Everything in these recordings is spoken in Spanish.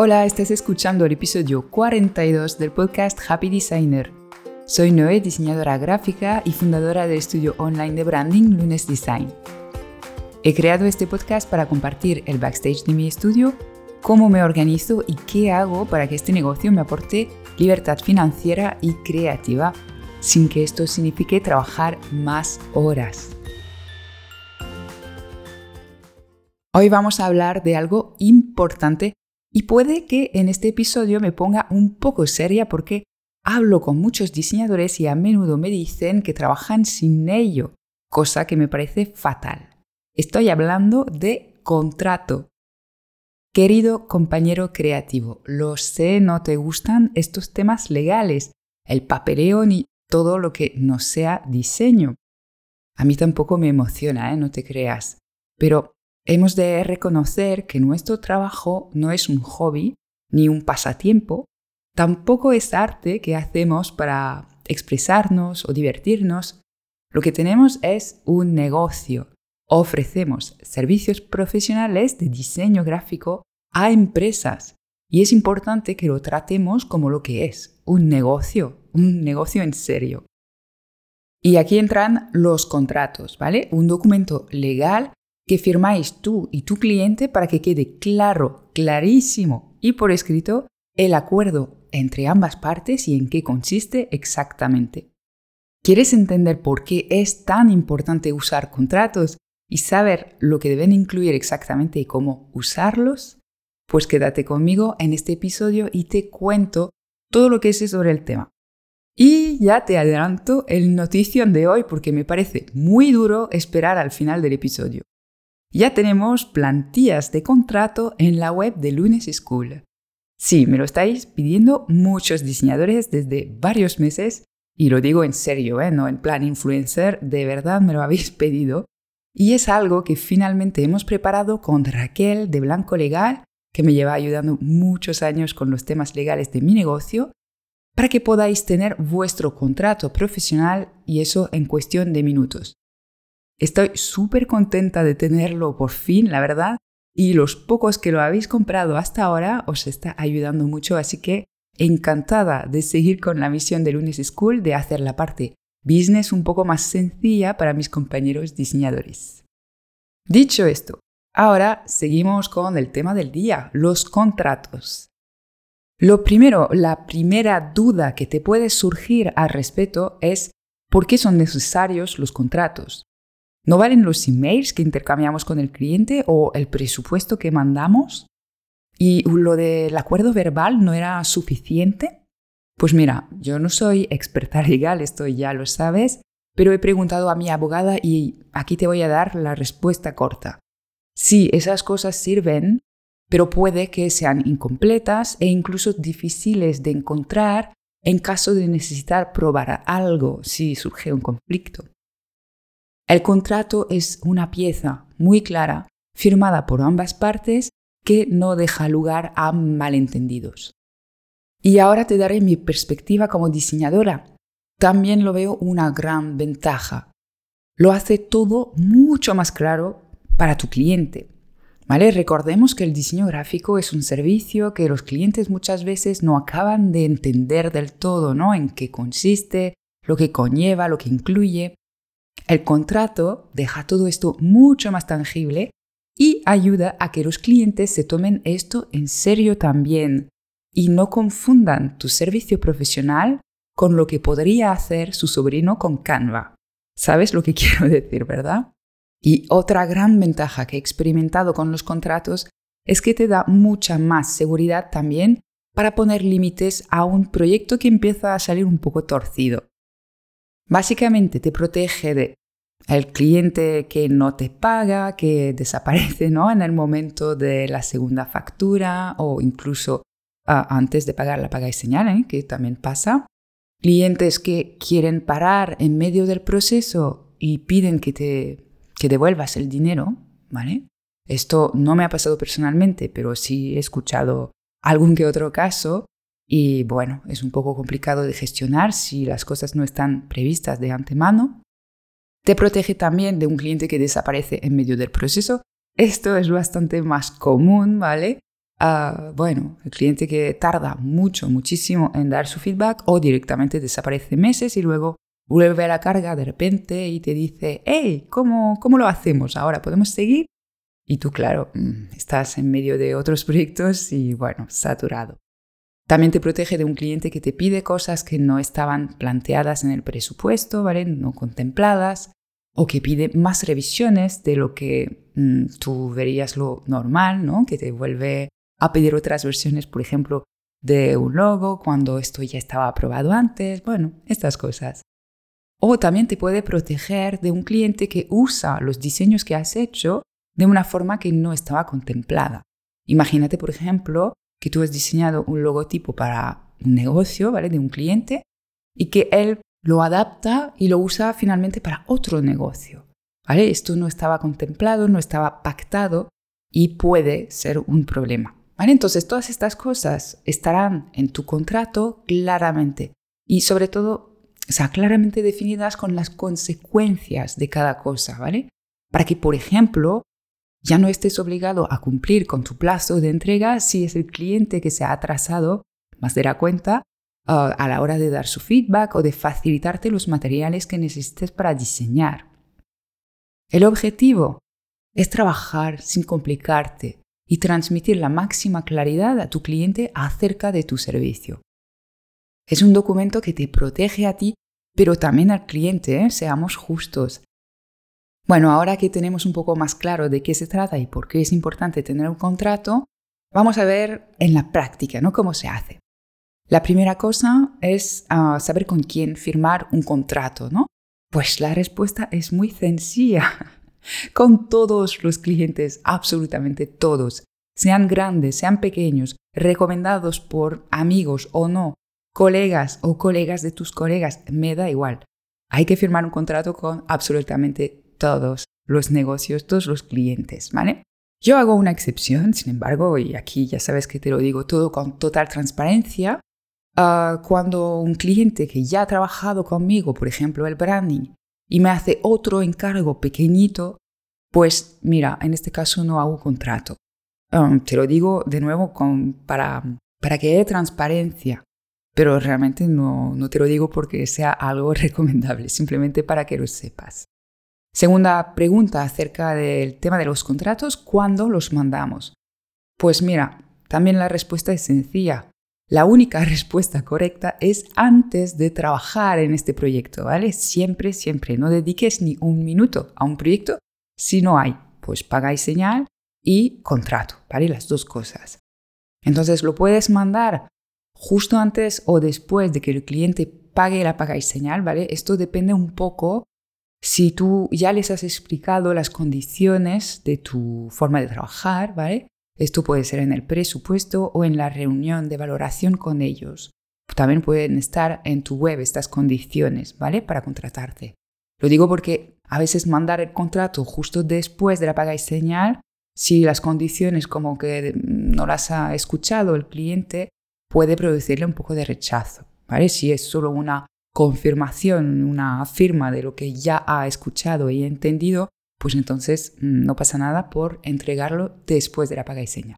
Hola, estás escuchando el episodio 42 del podcast Happy Designer. Soy Noé, diseñadora gráfica y fundadora del estudio online de branding Lunes Design. He creado este podcast para compartir el backstage de mi estudio, cómo me organizo y qué hago para que este negocio me aporte libertad financiera y creativa, sin que esto signifique trabajar más horas. Hoy vamos a hablar de algo importante y puede que en este episodio me ponga un poco seria porque hablo con muchos diseñadores y a menudo me dicen que trabajan sin ello, cosa que me parece fatal. Estoy hablando de contrato. Querido compañero creativo, lo sé, no te gustan estos temas legales, el papeleo ni todo lo que no sea diseño. A mí tampoco me emociona, no te creas, pero hemos de reconocer que nuestro trabajo no es un hobby ni un pasatiempo, tampoco es arte que hacemos para expresarnos o divertirnos. Lo que tenemos es un negocio. Ofrecemos servicios profesionales de diseño gráfico a empresas y es importante que lo tratemos como lo que es, un negocio en serio. Y aquí entran los contratos, ¿vale? Un documento legal que firmáis tú y tu cliente para que quede claro, clarísimo y por escrito el acuerdo entre ambas partes y en qué consiste exactamente. ¿Quieres entender por qué es tan importante usar contratos y saber lo que deben incluir exactamente y cómo usarlos? Pues quédate conmigo en este episodio y te cuento todo lo que sé sobre el tema. Y ya te adelanto el notición de hoy porque me parece muy duro esperar al final del episodio. Ya tenemos plantillas de contrato en la web de Lunes School. Sí, me lo estáis pidiendo muchos diseñadores desde varios meses y lo digo en serio, no en plan influencer, de verdad me lo habéis pedido. Y es algo que finalmente hemos preparado con Raquel de Blanco Legal, que me lleva ayudando muchos años con los temas legales de mi negocio, para que podáis tener vuestro contrato profesional y eso en cuestión de minutos. Estoy súper contenta de tenerlo por fin, la verdad, y los pocos que lo habéis comprado hasta ahora os está ayudando mucho, así que encantada de seguir con la misión de Lunes School de hacer la parte business un poco más sencilla para mis compañeros diseñadores. Dicho esto, ahora seguimos con el tema del día, los contratos. Lo primero, la primera duda que te puede surgir al respecto es ¿por qué son necesarios los contratos? ¿No valen los emails que intercambiamos con el cliente o el presupuesto que mandamos? ¿Y lo del acuerdo verbal no era suficiente? Pues mira, yo no soy experta legal, esto ya lo sabes, pero he preguntado a mi abogada y aquí te voy a dar la respuesta corta. Sí, esas cosas sirven, pero puede que sean incompletas e incluso difíciles de encontrar en caso de necesitar probar algo si surge un conflicto. El contrato es una pieza muy clara, firmada por ambas partes, que no deja lugar a malentendidos. Y ahora te daré mi perspectiva como diseñadora. También lo veo una gran ventaja. Lo hace todo mucho más claro para tu cliente. ¿Vale? Recordemos que el diseño gráfico es un servicio que los clientes muchas veces no acaban de entender del todo, ¿no? En qué consiste, lo que conlleva, lo que incluye. El contrato deja todo esto mucho más tangible y ayuda a que los clientes se tomen esto en serio también y no confundan tu servicio profesional con lo que podría hacer su sobrino con Canva. ¿Sabes lo que quiero decir, verdad? Y otra gran ventaja que he experimentado con los contratos es que te da mucha más seguridad también para poner límites a un proyecto que empieza a salir un poco torcido. Básicamente te protege de el cliente que no te paga, que desaparece, ¿no? En el momento de la segunda factura o incluso antes de pagar la paga y señal, que también pasa. Clientes que quieren parar en medio del proceso y piden que devuelvas el dinero, ¿vale? Esto no me ha pasado personalmente, pero sí he escuchado algún que otro caso y bueno, es un poco complicado de gestionar si las cosas no están previstas de antemano. Te protege también de un cliente que desaparece en medio del proceso. Esto es bastante más común, ¿vale? el cliente que tarda muchísimo en dar su feedback o directamente desaparece meses y luego vuelve a la carga de repente y te dice, hey, ¿cómo lo hacemos ahora? ¿Podemos seguir? Y tú, claro, estás en medio de otros proyectos y, saturado. También te protege de un cliente que te pide cosas que no estaban planteadas en el presupuesto, ¿vale? No contempladas, o que pide más revisiones de lo que tú verías lo normal, ¿no? Que te vuelve a pedir otras versiones, por ejemplo, de un logo cuando esto ya estaba aprobado antes, estas cosas. O también te puede proteger de un cliente que usa los diseños que has hecho de una forma que no estaba contemplada. Imagínate, por ejemplo, que tú has diseñado un logotipo para un negocio, ¿vale? De un cliente y que él lo adapta y lo usa finalmente para otro negocio, ¿vale? Esto no estaba contemplado, no estaba pactado y puede ser un problema, ¿vale? Entonces, todas estas cosas estarán en tu contrato claramente y sobre todo, claramente definidas con las consecuencias de cada cosa, ¿vale? Para que, por ejemplo, ya no estés obligado a cumplir con tu plazo de entrega si es el cliente que se ha atrasado más de la cuenta a la hora de dar su feedback o de facilitarte los materiales que necesites para diseñar. El objetivo es trabajar sin complicarte y transmitir la máxima claridad a tu cliente acerca de tu servicio. Es un documento que te protege a ti, pero también al cliente, seamos justos. Ahora que tenemos un poco más claro de qué se trata y por qué es importante tener un contrato, vamos a ver en la práctica, ¿no? Cómo se hace. La primera cosa es saber con quién firmar un contrato, ¿no? Pues la respuesta es muy sencilla. Con todos los clientes, absolutamente todos, sean grandes, sean pequeños, recomendados por amigos o no, colegas o colegas de tus colegas, me da igual. Hay que firmar un contrato con absolutamente todos los negocios, todos los clientes, ¿vale? Yo hago una excepción, sin embargo, y aquí ya sabes que te lo digo todo con total transparencia. Cuando un cliente que ya ha trabajado conmigo, por ejemplo, el branding, y me hace otro encargo pequeñito, pues mira, en este caso no hago contrato. Te lo digo de nuevo para que haya transparencia, pero realmente no te lo digo porque sea algo recomendable, simplemente para que lo sepas. Segunda pregunta acerca del tema de los contratos, ¿cuándo los mandamos? Pues mira, también la respuesta es sencilla. La única respuesta correcta es antes de trabajar en este proyecto, ¿vale? Siempre, no dediques ni un minuto a un proyecto si no hay, pues paga y señal y contrato, ¿vale? Las dos cosas. Entonces lo puedes mandar justo antes o después de que el cliente pague la paga y señal, ¿vale? Esto depende un poco si tú ya les has explicado las condiciones de tu forma de trabajar, ¿vale? Esto puede ser en el presupuesto o en la reunión de valoración con ellos. También pueden estar en tu web estas condiciones, ¿vale? Para contratarte. Lo digo porque a veces mandar el contrato justo después de la paga y señal, si las condiciones como que no las ha escuchado el cliente, puede producirle un poco de rechazo, ¿vale? Si es solo una confirmación, una firma de lo que ya ha escuchado y entendido, pues entonces no pasa nada por entregarlo después de la paga y señal.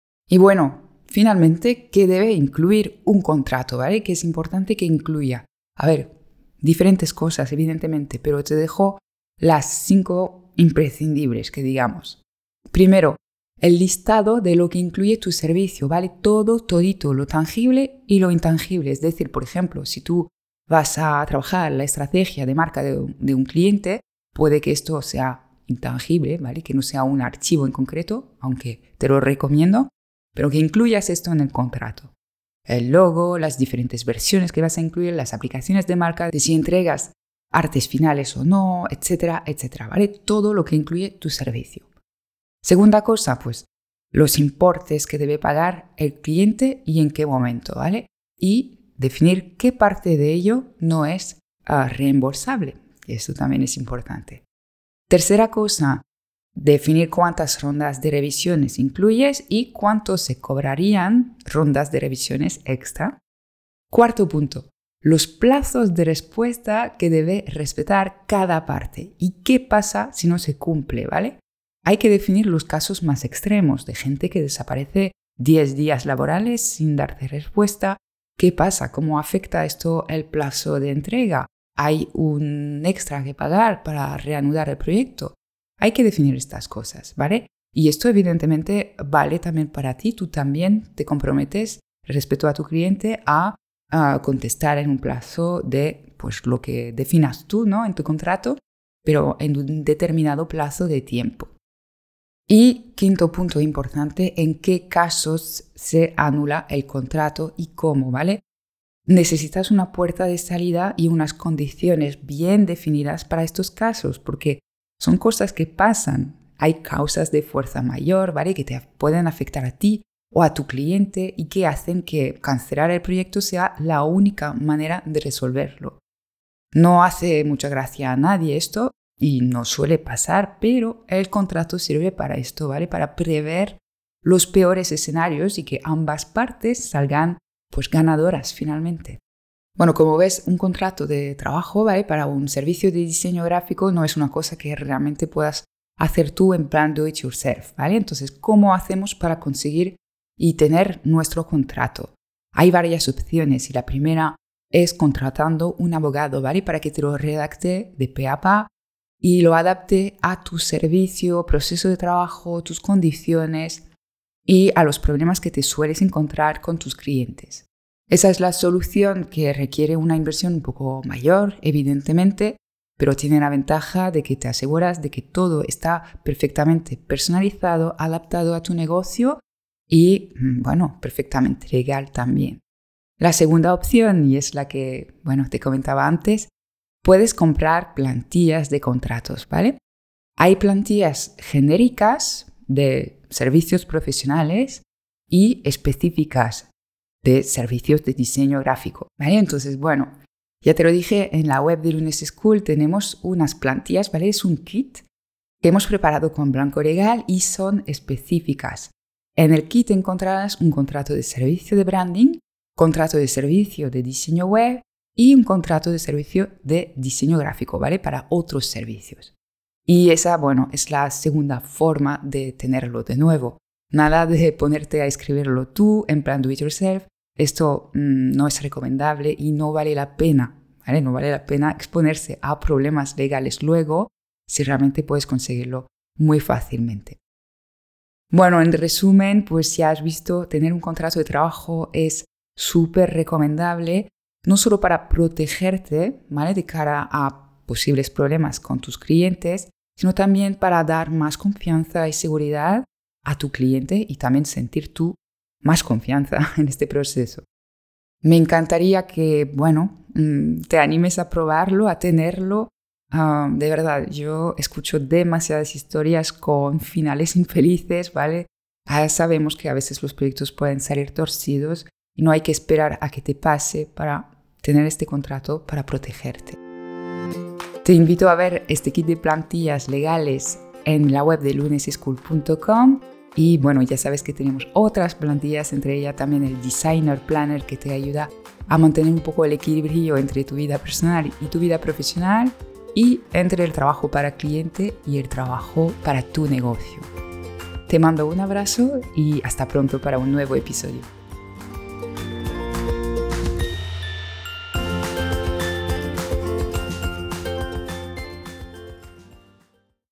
Y finalmente, ¿qué debe incluir un contrato? ¿Vale? Que es importante que incluya, diferentes cosas, evidentemente, pero te dejo las 5 imprescindibles que digamos. Primero, el listado de lo que incluye tu servicio, ¿vale? Todito, lo tangible y lo intangible. Es decir, por ejemplo, si tú vas a trabajar la estrategia de marca de un cliente, puede que esto sea intangible, ¿vale? Que no sea un archivo en concreto, aunque te lo recomiendo, pero que incluyas esto en el contrato. El logo, las diferentes versiones que vas a incluir, las aplicaciones de marca, de si entregas artes finales o no, etcétera, etcétera, ¿vale? Todo lo que incluye tu servicio. Segunda cosa, pues, los importes que debe pagar el cliente y en qué momento, ¿vale? Y definir qué parte de ello no es reembolsable. Esto también es importante. Tercera cosa, definir cuántas rondas de revisiones incluyes y cuánto se cobrarían rondas de revisiones extra. Cuarto punto, los plazos de respuesta que debe respetar cada parte y qué pasa si no se cumple, ¿vale? Hay que definir los casos más extremos de gente que desaparece 10 días laborales sin darte respuesta. ¿Qué pasa? ¿Cómo afecta esto el plazo de entrega? ¿Hay un extra que pagar para reanudar el proyecto? Hay que definir estas cosas, ¿vale? Y esto evidentemente vale también para ti. Tú también te comprometes respecto a tu cliente a contestar en un plazo de pues, lo que definas tú, ¿no? En tu contrato, pero en un determinado plazo de tiempo. Y quinto punto importante, ¿en qué casos se anula el contrato y cómo, ¿vale? Necesitas una puerta de salida y unas condiciones bien definidas para estos casos, porque son cosas que pasan. Hay causas de fuerza mayor, ¿vale? Que te pueden afectar a ti o a tu cliente y que hacen que cancelar el proyecto sea la única manera de resolverlo. No hace mucha gracia a nadie esto y no suele pasar, pero el contrato sirve para esto, ¿vale? Para prever los peores escenarios y que ambas partes salgan pues ganadoras finalmente. Bueno, como ves, un contrato de trabajo, ¿vale? Para un servicio de diseño gráfico no es una cosa que realmente puedas hacer tú en plan do it yourself, ¿vale? Entonces, ¿cómo hacemos para conseguir y tener nuestro contrato? Hay varias opciones y la primera es contratando un abogado, ¿vale? Para que te lo redacte de pe a pa y lo adapte a tu servicio, proceso de trabajo, tus condiciones y a los problemas que te sueles encontrar con tus clientes. Esa es la solución que requiere una inversión un poco mayor, evidentemente, pero tiene la ventaja de que te aseguras de que todo está perfectamente personalizado, adaptado a tu negocio y, bueno, perfectamente legal también. La segunda opción, y es la que, te comentaba antes, puedes comprar plantillas de contratos, ¿vale? Hay plantillas genéricas de servicios profesionales y específicas de servicios de diseño gráfico, ¿vale? Entonces, ya te lo dije, en la web de Lunes School tenemos unas plantillas, ¿vale? Es un kit que hemos preparado con Blanco Legal y son específicas. En el kit encontrarás un contrato de servicio de branding, contrato de servicio de diseño web y un contrato de servicio de diseño gráfico, ¿vale? Para otros servicios. Y esa, es la segunda forma de tenerlo de nuevo. Nada de ponerte a escribirlo tú en plan do it yourself. Esto no es recomendable y no vale la pena, ¿vale? No vale la pena exponerse a problemas legales luego si realmente puedes conseguirlo muy fácilmente. En resumen, pues ya has visto, tener un contrato de trabajo es súper recomendable, no solo para protegerte, ¿vale? De cara a posibles problemas con tus clientes, sino también para dar más confianza y seguridad a tu cliente y también sentir tú más confianza en este proceso. Me encantaría que, te animes a probarlo, a tenerlo. De verdad, yo escucho demasiadas historias con finales infelices, ¿vale? Sabemos que a veces los proyectos pueden salir torcidos y no hay que esperar a que te pase para tener este contrato para protegerte. Te invito a ver este kit de plantillas legales en la web de luneseschool.com y ya sabes que tenemos otras plantillas, entre ellas también el Designer Planner que te ayuda a mantener un poco el equilibrio entre tu vida personal y tu vida profesional y entre el trabajo para cliente y el trabajo para tu negocio. Te mando un abrazo y hasta pronto para un nuevo episodio.